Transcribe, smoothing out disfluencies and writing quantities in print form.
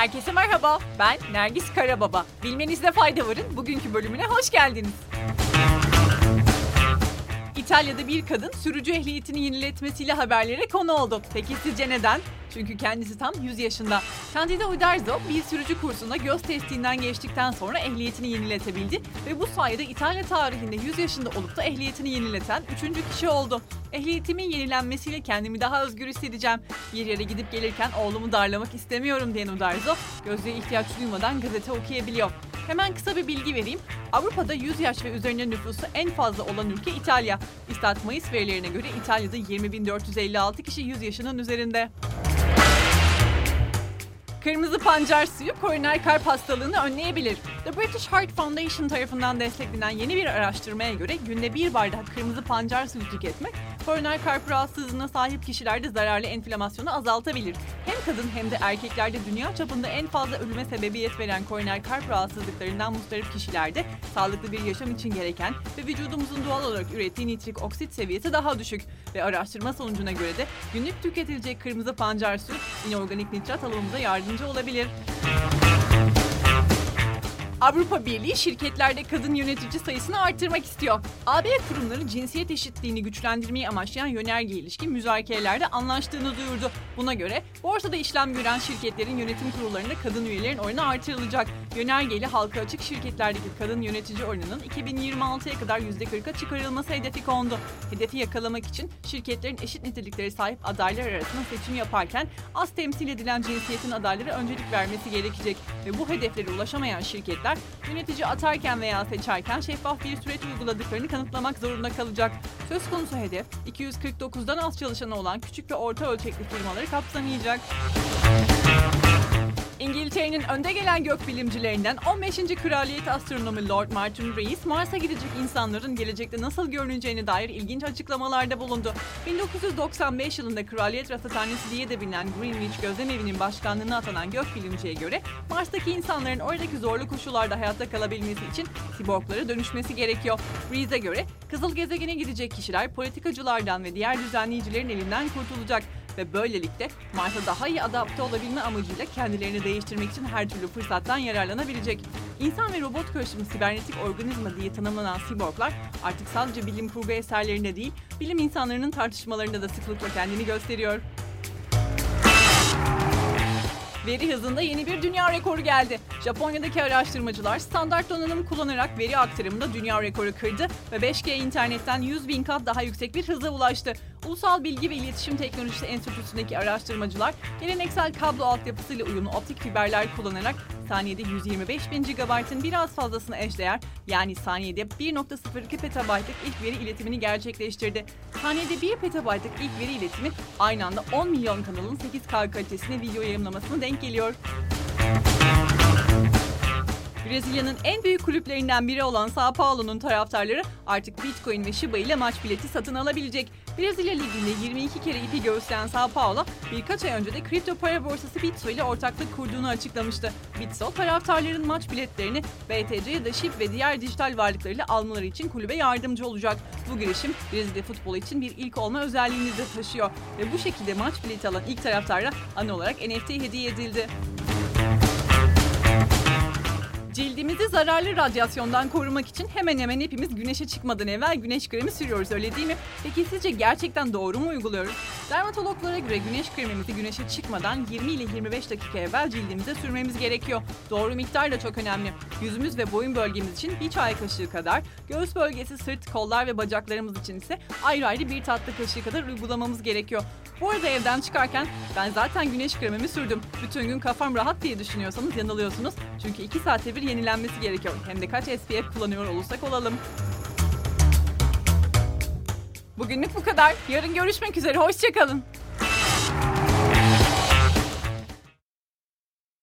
Herkese merhaba, ben Nergis Karababa. Bilmenizde fayda varın, bugünkü bölümüne hoş geldiniz. İtalya'da bir kadın sürücü ehliyetini yeniletmesiyle haberlere konu oldu. Peki sizce neden? Çünkü kendisi tam 100 yaşında. Candida Uderzo bir sürücü kursunda göz testinden geçtikten sonra ehliyetini yeniletebildi ve bu sayede İtalya tarihinde 100 yaşında olup da ehliyetini yenileten 3. kişi oldu. Ehliyetimin yenilenmesiyle kendimi daha özgür hissedeceğim. Bir yere gidip gelirken oğlumu darlamak istemiyorum diyen Uderzo, gözlüğe ihtiyaç duymadan gazete okuyabiliyor. Hemen kısa bir bilgi vereyim. Avrupa'da 100 yaş ve üzerinde nüfusu en fazla olan ülke İtalya. İstat Mayıs verilerine göre İtalya'da 20.456 kişi 100 yaşının üzerinde. Kırmızı pancar suyu koroner kalp hastalığını önleyebilir. The British Heart Foundation tarafından desteklenen yeni bir araştırmaya göre günde bir bardak kırmızı pancar suyu tüketmek, koroner kalp rahatsızlığına sahip kişilerde zararlı enflamasyonu azaltabilir. Hem kadın hem de erkeklerde dünya çapında en fazla ölüme sebebiyet veren koroner kalp rahatsızlıklarından muzdarip kişilerde sağlıklı bir yaşam için gereken ve vücudumuzun doğal olarak ürettiği nitrik oksit seviyesi daha düşük. Ve araştırma sonucuna göre de günlük tüketilecek kırmızı pancar suyu inorganik nitrat alımımıza yardımcı olabilir. Avrupa Birliği şirketlerde kadın yönetici sayısını artırmak istiyor. AB kurumları cinsiyet eşitliğini güçlendirmeyi amaçlayan yönerge ilişkin müzakerelerde anlaştığını duyurdu. Buna göre borsada işlem gören şirketlerin yönetim kurullarında kadın üyelerin oranı artırılacak. Yönergeyle halka açık şirketlerdeki kadın yönetici oranının 2026'ya kadar %40'a çıkarılması hedefi kondu. Hedefi yakalamak için şirketlerin eşit niteliklere sahip adaylar arasında seçim yaparken az temsil edilen cinsiyetin adaylara öncelik vermesi gerekecek ve bu hedeflere ulaşamayan şirketler yönetici atarken veya seçerken şeffaf bir süreç uyguladıklarını kanıtlamak zorunda kalacak. Söz konusu hedef 249'dan az çalışanı olan küçük ve orta ölçekli firmaları kapsamayacak. İngiltere'nin önde gelen gökbilimcilerinden 15. Kraliyet Astronomu Lord Martin Rees, Mars'a gidecek insanların gelecekte nasıl görüneceğine dair ilginç açıklamalarda bulundu. 1995 yılında Kraliyet Rasathanesi diye de bilinen Greenwich Gözlemevi'nin başkanlığına atanan gökbilimciye göre Mars'taki insanların oradaki zorlu koşullarda hayatta kalabilmesi için siborglara dönüşmesi gerekiyor. Rees'e göre kızıl gezegene gidecek kişiler politikacılardan ve diğer düzenleyicilerin elinden kurtulacak ve böylelikle Mars'a daha iyi adapte olabilme amacıyla kendilerini değiştirmek için her türlü fırsattan yararlanabilecek. İnsan ve robot karışımı sibernetik organizma diye tanımlanan siborglar artık sadece bilim kurgu eserlerinde değil, bilim insanlarının tartışmalarında da sıklıkla kendini gösteriyor. Veri hızında yeni bir dünya rekoru geldi. Japonya'daki araştırmacılar standart donanım kullanarak veri aktarımında dünya rekoru kırdı ve 5G internetten 100.000 kat daha yüksek bir hıza ulaştı. Ulusal Bilgi ve İletişim Teknolojisi Enstitüsü'ndeki araştırmacılar geleneksel kablo altyapısıyla uyumlu optik fiberler kullanarak saniyede 125.000 GB'ın biraz fazlasını eşdeğer, yani saniyede 1.02 petabaytlık ilk veri iletimini gerçekleştirdi. Saniyede 1 petabaytlık ilk veri iletimi aynı anda 10 milyon kanalın 8K kalitesine video yayımlamasına denk geliyor. Brezilya'nın en büyük kulüplerinden biri olan São Paulo'nun taraftarları artık Bitcoin ve Shiba ile maç bileti satın alabilecek. Brezilya Ligi'nde 22 kere ipi göğüsleyen São Paulo, birkaç ay önce de kripto para borsası Bitso ile ortaklık kurduğunu açıklamıştı. Bitso, taraftarların maç biletlerini BTC ya da SHIB ve diğer dijital varlıklarıyla almaları için kulübe yardımcı olacak. Bu girişim Brezilya futbolu için bir ilk olma özelliğini de taşıyor ve bu şekilde maç bileti alan ilk taraftara anı olarak NFT hediye edildi. Cildimizi zararlı radyasyondan korumak için hemen hemen hepimiz güneşe çıkmadan evvel güneş kremi sürüyoruz, öyle değil mi? Peki sizce gerçekten doğru mu uyguluyoruz? Dermatologlara göre güneş kremimizi güneşe çıkmadan 20 ile 25 dakika evvel cildimize sürmemiz gerekiyor. Doğru miktar da çok önemli. Yüzümüz ve boyun bölgemiz için bir çay kaşığı kadar, göğüs bölgesi, sırt, kollar ve bacaklarımız için ise ayrı ayrı bir tatlı kaşığı kadar uygulamamız gerekiyor. Bu arada evden çıkarken ben zaten güneş kremimi sürdüm, bütün gün kafam rahat diye düşünüyorsanız yanılıyorsunuz. Çünkü 2 saatte bir yenilenmesi gerekiyor. Hem de kaç SPF kullanıyor olursak olalım. Bugünlük bu kadar. Yarın görüşmek üzere. Hoşça kalın.